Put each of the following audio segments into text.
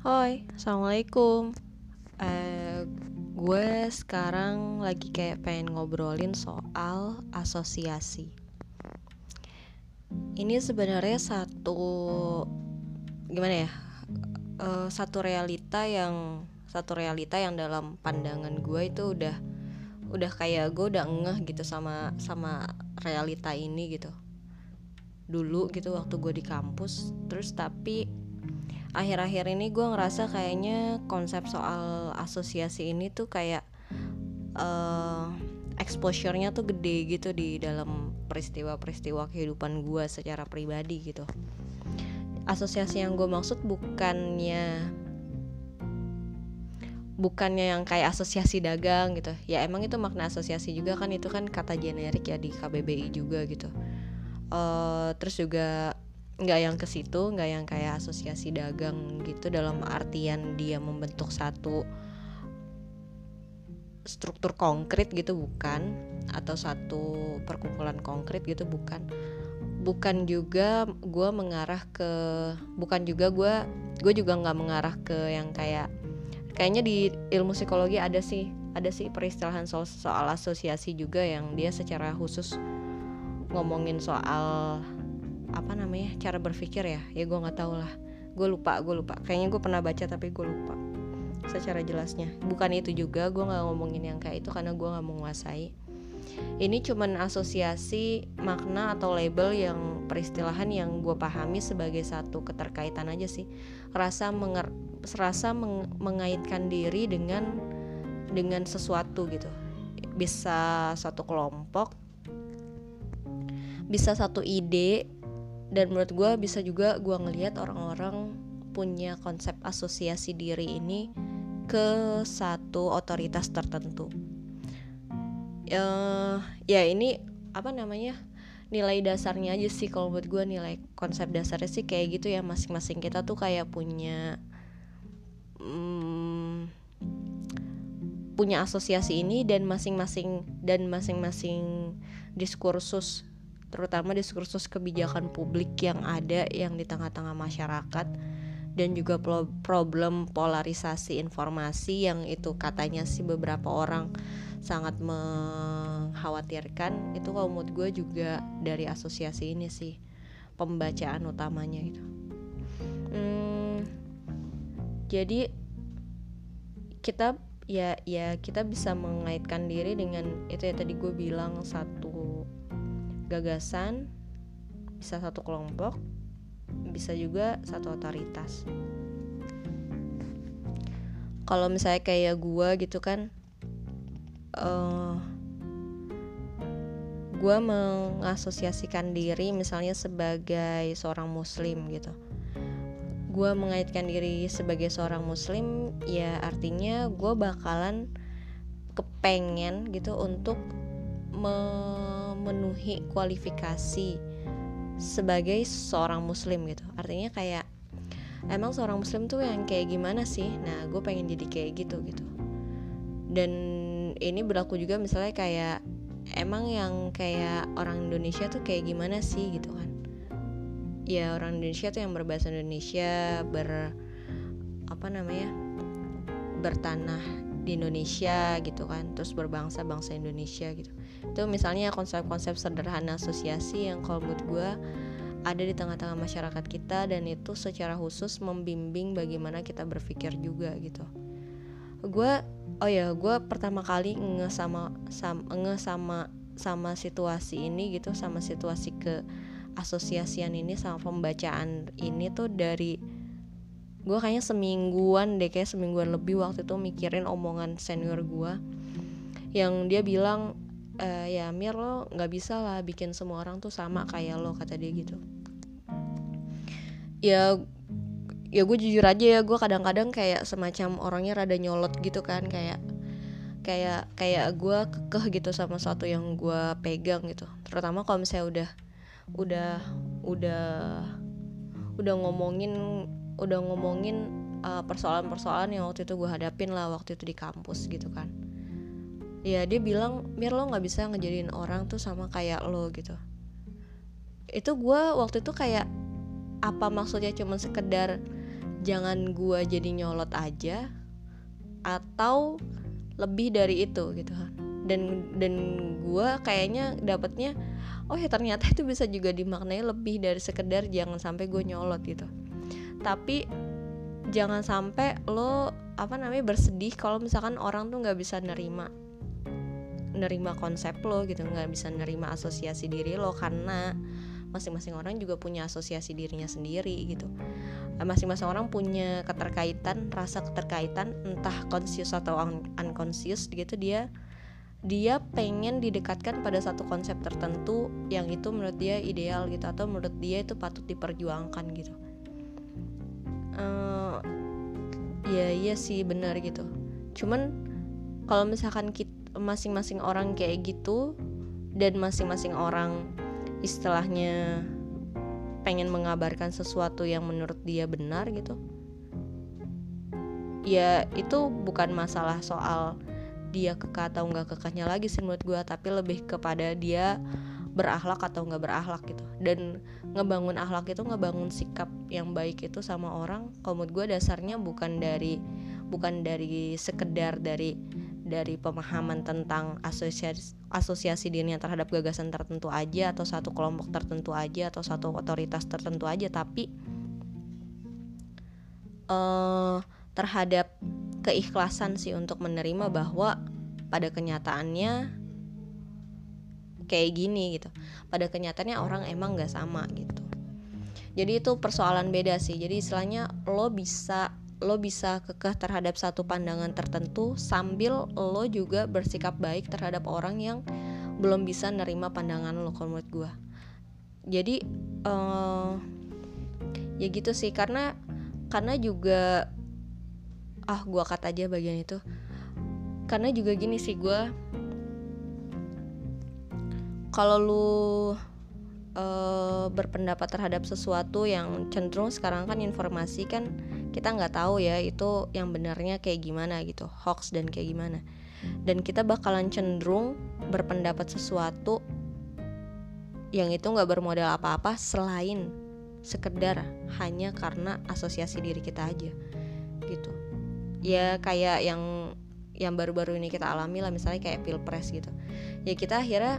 Hoi, assalamualaikum. Eh, gue sekarang lagi kayak pengen ngobrolin soal asosiasi. Ini sebenarnya gimana ya? Satu realita yang dalam pandangan gue itu udah kayak gue udah ngeh gitu sama realita ini gitu. Dulu gitu waktu gue di kampus, terus tapi akhir-akhir ini gue ngerasa kayaknya konsep soal asosiasi ini tuh kayak uh, exposure-nya tuh gede gitu di dalam peristiwa-peristiwa kehidupan gue secara pribadi gitu. Asosiasi yang gue maksud bukannya yang kayak asosiasi dagang gitu. Ya emang itu makna asosiasi juga kan, itu kan kata generik ya di KBBI juga gitu. Terus juga nggak yang ke situ, nggak yang kayak asosiasi dagang gitu dalam artian dia membentuk satu struktur konkret gitu, bukan, atau satu perkumpulan konkret gitu, bukan juga gue mengarah ke bukan juga gue juga nggak mengarah ke yang kayaknya di ilmu psikologi ada sih peristilahan soal asosiasi juga yang dia secara khusus ngomongin soal apa namanya, cara berpikir ya gue nggak tahu lah, gue lupa kayaknya gue pernah baca tapi gue lupa secara jelasnya. Bukan itu juga, gue nggak ngomongin yang kayak itu karena gue nggak menguasai. Ini cuman asosiasi makna atau label yang peristilahan yang gue pahami sebagai satu keterkaitan aja sih, mengaitkan diri dengan sesuatu gitu. Bisa satu kelompok, bisa satu ide, dan menurut gue bisa juga gue ngelihat orang-orang punya konsep asosiasi diri ini ke satu otoritas tertentu. Ya ini apa namanya, nilai dasarnya aja sih kalau buat gue, nilai konsep dasarnya sih kayak gitu ya. Masing-masing kita tuh kayak mm, punya asosiasi ini, dan masing-masing diskursus, terutama diskursus kebijakan publik yang ada yang di tengah-tengah masyarakat, dan juga problem polarisasi informasi yang itu katanya sih beberapa orang sangat mengkhawatirkan. Itu kalau menurut gue juga dari asosiasi ini sih pembacaan utamanya itu. Jadi kita kita bisa mengaitkan diri dengan itu ya, tadi gue bilang, satu gagasan, bisa satu kelompok, bisa juga satu otoritas. Kalau misalnya kayak gue gitu kan, gue mengasosiasikan diri misalnya sebagai seorang muslim gitu. Gue mengaitkan diri sebagai seorang muslim, ya artinya gue bakalan kepengen gitu untuk memenuhi kualifikasi sebagai seorang muslim gitu. Artinya kayak emang seorang muslim tuh yang kayak gimana sih? Nah, gue pengen jadi kayak gitu. Dan ini berlaku juga misalnya kayak emang yang kayak orang Indonesia tuh kayak gimana sih gitu kan. Ya orang Indonesia tuh yang berbahasa Indonesia, bertanah di Indonesia gitu kan, terus berbangsa Indonesia gitu. Itu misalnya konsep-konsep sederhana asosiasi yang kalau menurut gue ada di tengah-tengah masyarakat kita, dan itu secara khusus membimbing bagaimana kita berpikir juga gitu. Gue pertama kali sama situasi ini gitu, sama situasi ke asosiasian ini, sama pembacaan ini tuh dari gue kayaknya semingguan lebih waktu itu mikirin omongan senior gue yang dia bilang, ya Mir, lo nggak bisa lah bikin semua orang tuh sama kayak lo, kata dia gitu. Ya gue jujur aja ya, gue kadang-kadang kayak semacam orangnya rada nyolot gitu kan, kayak gue kekeh gitu sama sesuatu yang gue pegang gitu, terutama kalau misalnya udah udah udah ngomongin persoalan-persoalan yang waktu itu gue hadapin lah waktu itu di kampus gitu kan. Ya dia bilang, Mir, lo nggak bisa ngejadiin orang tuh sama kayak lo gitu. Itu gue waktu itu kayak, apa maksudnya cuma sekedar jangan gue jadi nyolot aja atau lebih dari itu gitu kan. Dan gue kayaknya dapetnya oh ya ternyata itu bisa juga dimaknai lebih dari sekedar jangan sampai gue nyolot gitu. Tapi jangan sampai lo bersedih kalau misalkan orang tuh nggak bisa nerima konsep lo gitu, nggak bisa nerima asosiasi diri lo, karena masing-masing orang juga punya asosiasi dirinya sendiri gitu. Masing-masing orang punya rasa keterkaitan, entah conscious atau unconscious gitu. Dia pengen didekatkan pada satu konsep tertentu yang itu menurut dia ideal gitu, atau menurut dia itu patut diperjuangkan gitu. Iya sih benar gitu. Cuman kalau misalkan masing-masing orang kayak gitu dan masing-masing orang istilahnya pengen mengabarkan sesuatu yang menurut dia benar gitu, ya itu bukan masalah soal dia kekeh atau nggak kekehnya lagi sih menurut gue, tapi lebih kepada dia berakhlak atau nggak berakhlak gitu. Dan ngebangun akhlak itu, ngebangun sikap yang baik itu sama orang, kalau menurut gue dasarnya bukan dari sekedar dari pemahaman tentang asosiasi dirinya terhadap gagasan tertentu aja, atau satu kelompok tertentu aja, atau satu otoritas tertentu aja, tapi terhadap keikhlasan sih untuk menerima bahwa pada kenyataannya kayak gini gitu. Pada kenyataannya orang emang gak sama gitu. Jadi itu persoalan beda sih. Jadi istilahnya lo bisa kekeh terhadap satu pandangan tertentu sambil lo juga bersikap baik terhadap orang yang belum bisa nerima pandangan lo, kalau menurut gue. Jadi ya gitu sih, karena juga gue cut aja bagian itu. Karena juga gini sih, gue kalau lu berpendapat terhadap sesuatu yang cenderung sekarang kan informasi kan kita nggak tahu ya itu yang benarnya kayak gimana gitu, hoax dan kayak gimana, dan kita bakalan cenderung berpendapat sesuatu yang itu nggak bermodal apa-apa selain sekedar hanya karena asosiasi diri kita aja gitu. Ya kayak yang baru-baru ini kita alami lah, misalnya kayak pilpres gitu. Ya kita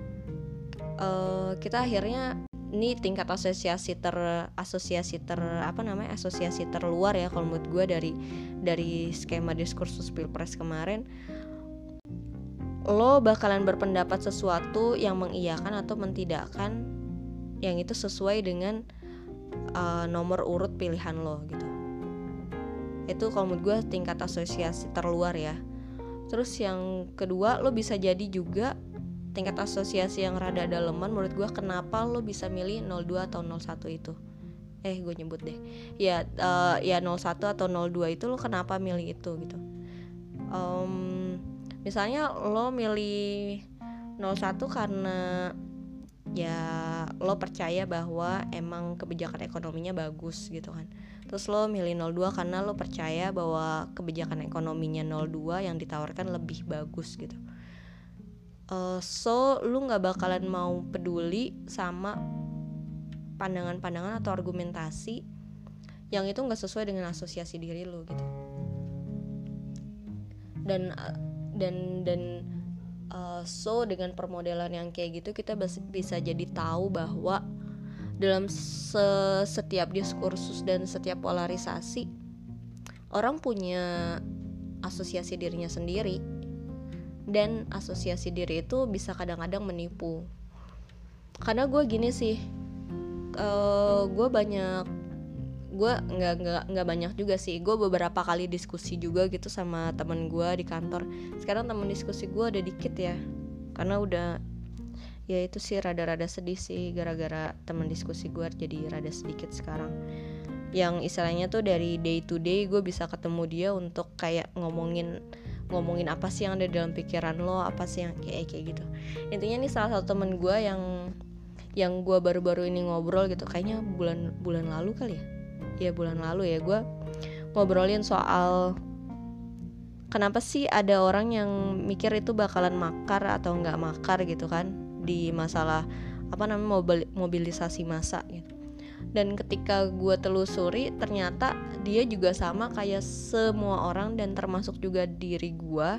akhirnya ini tingkat asosiasi terluar ya kalau menurut gue dari skema diskursus pilpres kemarin. Lo bakalan berpendapat sesuatu yang mengiyakan atau mentidakkan yang itu sesuai dengan nomor urut pilihan lo gitu. Itu kalau menurut gue tingkat asosiasi terluar ya. Terus yang kedua, lo bisa jadi juga tingkat asosiasi yang rada daleman menurut gue, kenapa lo bisa milih 02 atau 01 itu. Gue nyebut deh. Ya 01 atau 02 itu lo kenapa milih itu gitu. Misalnya lo milih 01 karena ya lo percaya bahwa emang kebijakan ekonominya bagus gitu kan. Terus lo milih 02 karena lo percaya bahwa kebijakan ekonominya 02 yang ditawarkan lebih bagus gitu. So lu gak bakalan mau peduli sama pandangan-pandangan atau argumentasi yang itu gak sesuai dengan asosiasi diri lu gitu. So dengan permodelan yang kayak gitu kita bisa jadi tahu bahwa dalam setiap diskursus dan setiap polarisasi orang punya asosiasi dirinya sendiri, dan asosiasi diri itu bisa kadang-kadang menipu. Karena gue gini sih, gue nggak banyak juga sih, gue beberapa kali diskusi juga gitu sama teman gue di kantor. Sekarang teman diskusi gue udah dikit ya, karena udah ya itu sih rada-rada sedih sih, gara-gara teman diskusi gue jadi rada sedikit sekarang. Yang istilahnya tuh dari day to day gue bisa ketemu dia untuk kayak ngomongin apa sih yang ada dalam pikiran lo, apa sih yang kayak gitu. Intinya nih salah satu temen gue yang gue baru-baru ini ngobrol gitu, kayaknya bulan lalu kali ya bulan lalu ya, gue ngobrolin soal kenapa sih ada orang yang mikir itu bakalan makar atau nggak makar gitu kan di masalah mobilisasi massa gitu. Dan ketika gue telusuri, ternyata dia juga sama kayak semua orang, dan termasuk juga diri gue,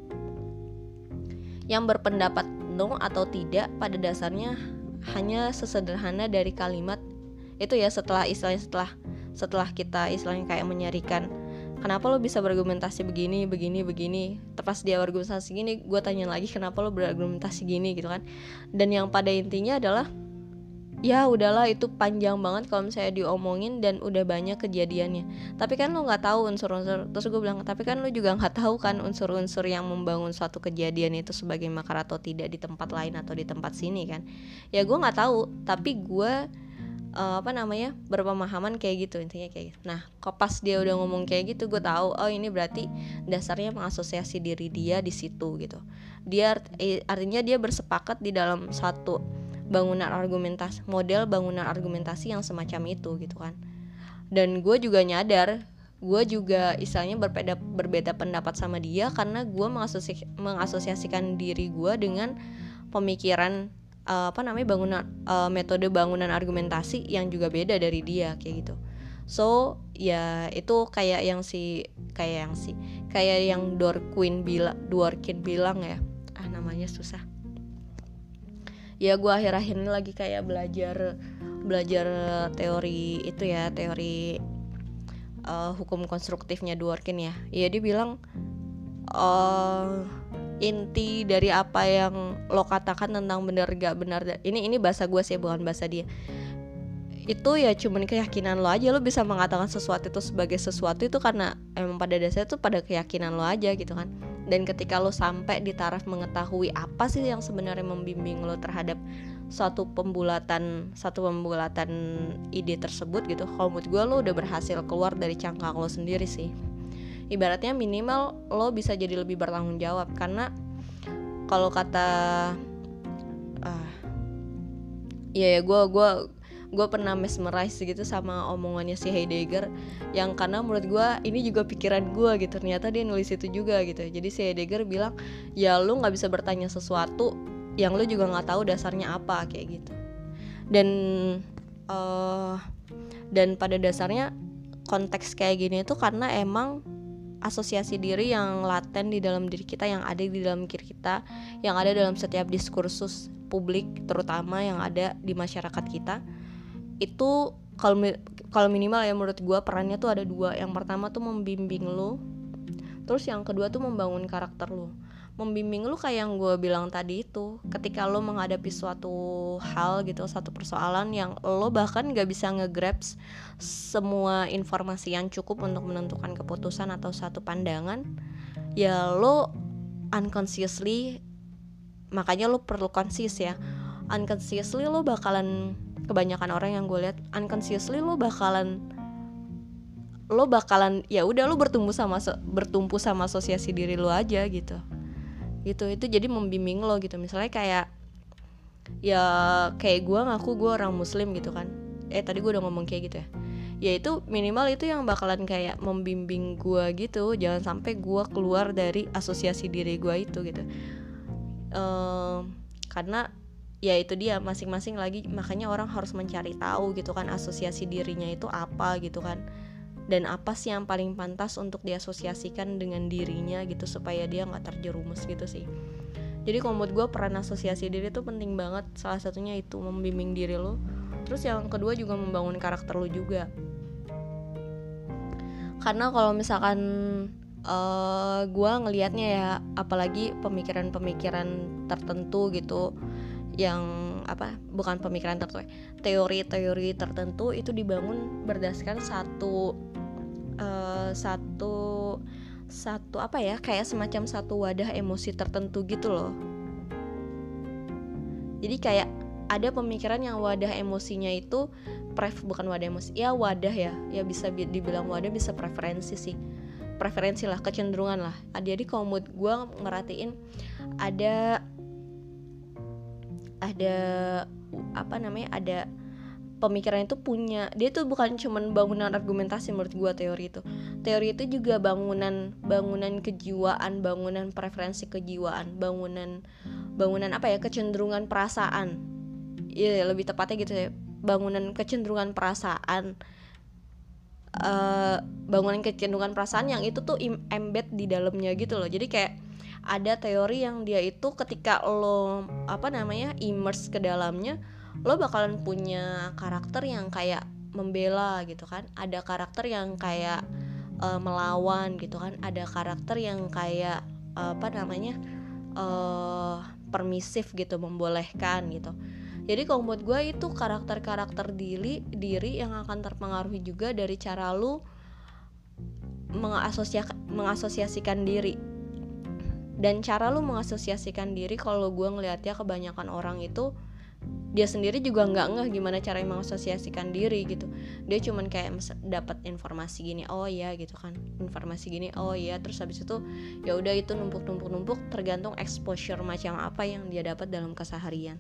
yang berpendapat no atau tidak pada dasarnya hanya sesederhana dari kalimat itu ya. Setelah kita istilahnya kayak menyarikan, kenapa lo bisa berargumentasi begini. Terus dia berargumentasi gini, gue tanya lagi, kenapa lo berargumentasi gini gitu kan. Dan yang pada intinya adalah, ya udahlah, itu panjang banget kalau misalnya diomongin dan udah banyak kejadiannya. Tapi kan lo nggak tahu unsur-unsur. Terus gue bilang, tapi kan lo juga nggak tahu kan unsur-unsur yang membangun suatu kejadian itu sebagai makar atau tidak di tempat lain atau di tempat sini kan. Ya gue nggak tahu, tapi gue berpemahaman kayak gitu, intinya kayak gitu. Nah, kok pas dia udah ngomong kayak gitu, gue tahu, oh ini berarti dasarnya mengasosiasi diri dia di situ gitu. Dia artinya dia bersepakat di dalam satu model bangunan argumentasi yang semacam itu gitu kan. Dan gue juga nyadar, gue juga istilahnya berbeda pendapat sama dia, karena gue mengasosiasikan diri gue dengan pemikiran metode bangunan argumentasi yang juga beda dari dia kayak gitu. So ya itu kayak yang Dworkin bilang ya, namanya susah. Ya gue akhir-akhir ini lagi kayak belajar teori itu ya, teori hukum konstruktifnya Dworkin ya. Ya dia bilang inti dari apa yang lo katakan tentang benar gak benar, ini bahasa gue sih, bukan bahasa dia, itu ya cuman keyakinan lo aja. Lo bisa mengatakan sesuatu itu sebagai sesuatu itu karena emang pada dasarnya itu pada keyakinan lo aja gitu kan. Dan ketika lo sampai di taraf mengetahui apa sih yang sebenarnya membimbing lo terhadap suatu pembulatan ide tersebut gitu, kalau menurut gue lo udah berhasil keluar dari cangkang lo sendiri sih. Ibaratnya minimal lo bisa jadi lebih bertanggung jawab, karena kalau kata gue pernah mesmerize gitu sama omongannya si Heidegger, yang karena menurut gue ini juga pikiran gue gitu, ternyata dia nulis itu juga gitu. Jadi si Heidegger bilang, ya lo nggak bisa bertanya sesuatu yang lo juga nggak tahu dasarnya apa kayak gitu. Dan pada dasarnya konteks kayak gini itu karena emang asosiasi diri yang laten di dalam diri kita, yang ada di dalam diri kita, yang ada dalam setiap diskursus publik, terutama yang ada di masyarakat kita. Itu kalau minimal ya menurut gue perannya tuh ada dua. Yang pertama tuh membimbing lo, terus yang kedua tuh membangun karakter lo. Membimbing lo kayak yang gue bilang tadi itu, ketika lo menghadapi suatu hal gitu, satu persoalan yang lo bahkan gak bisa nge-grabs semua informasi yang cukup untuk menentukan keputusan atau satu pandangan, ya lo unconsciously, makanya lo perlu konsis ya, unconsciously lo bakalan, kebanyakan orang yang gue lihat unconsciously lo bakalan ya udah lo bertumpu sama asosiasi diri lo aja gitu. Itu jadi membimbing lo gitu. Misalnya kayak gue ngaku gue orang muslim gitu kan, tadi gue udah ngomong kayak gitu ya itu minimal itu yang bakalan kayak membimbing gue gitu, jangan sampai gue keluar dari asosiasi diri gue itu gitu. Karena ya itu dia, masing-masing lagi, makanya orang harus mencari tahu gitu kan asosiasi dirinya itu apa gitu kan, dan apa sih yang paling pantas untuk diasosiasikan dengan dirinya gitu, supaya dia gak terjerumus gitu sih. Jadi kalau menurut gue peran asosiasi diri tuh penting banget. Salah satunya itu membimbing diri lo. Terus yang kedua juga membangun karakter lo juga. Karena kalau misalkan gue ngelihatnya ya, apalagi pemikiran-pemikiran tertentu gitu, yang bukan pemikiran tertentu, teori-teori tertentu itu dibangun berdasarkan satu kayak semacam satu wadah emosi tertentu gitu loh. Jadi kayak ada pemikiran yang wadah emosinya itu bukan wadah emosi, wadah ya bisa dibilang wadah, bisa preferensi lah, kecenderungan lah. Jadi kalau mood gue ngerhatiin ada pemikiran itu punya, dia tuh bukan cuman bangunan argumentasi menurut gue. Teori itu juga bangunan kejiwaan, bangunan preferensi kejiwaan, bangunan kecenderungan perasaan. Iya, lebih tepatnya gitu ya, bangunan kecenderungan perasaan, bangunan kecenderungan perasaan yang itu tuh embed di dalamnya gitu loh. Jadi kayak ada teori yang dia itu ketika lo immerse ke dalamnya, lo bakalan punya karakter yang kayak membela gitu kan, ada karakter yang kayak melawan gitu kan, ada karakter yang kayak permisif gitu, membolehkan gitu. Jadi kalau buat gue itu karakter-karakter diri yang akan terpengaruhi juga dari cara lu mengasosiasikan diri. Dan cara lu mengasosiasikan diri, kalau gue ngelihatnya kebanyakan orang itu dia sendiri juga nggak ngeh gimana cara mengasosiasikan diri gitu. Dia cuman kayak dapat informasi gini, oh ya gitu kan, informasi gini, oh ya, terus habis itu ya udah itu numpuk tergantung exposure macam apa yang dia dapat dalam keseharian.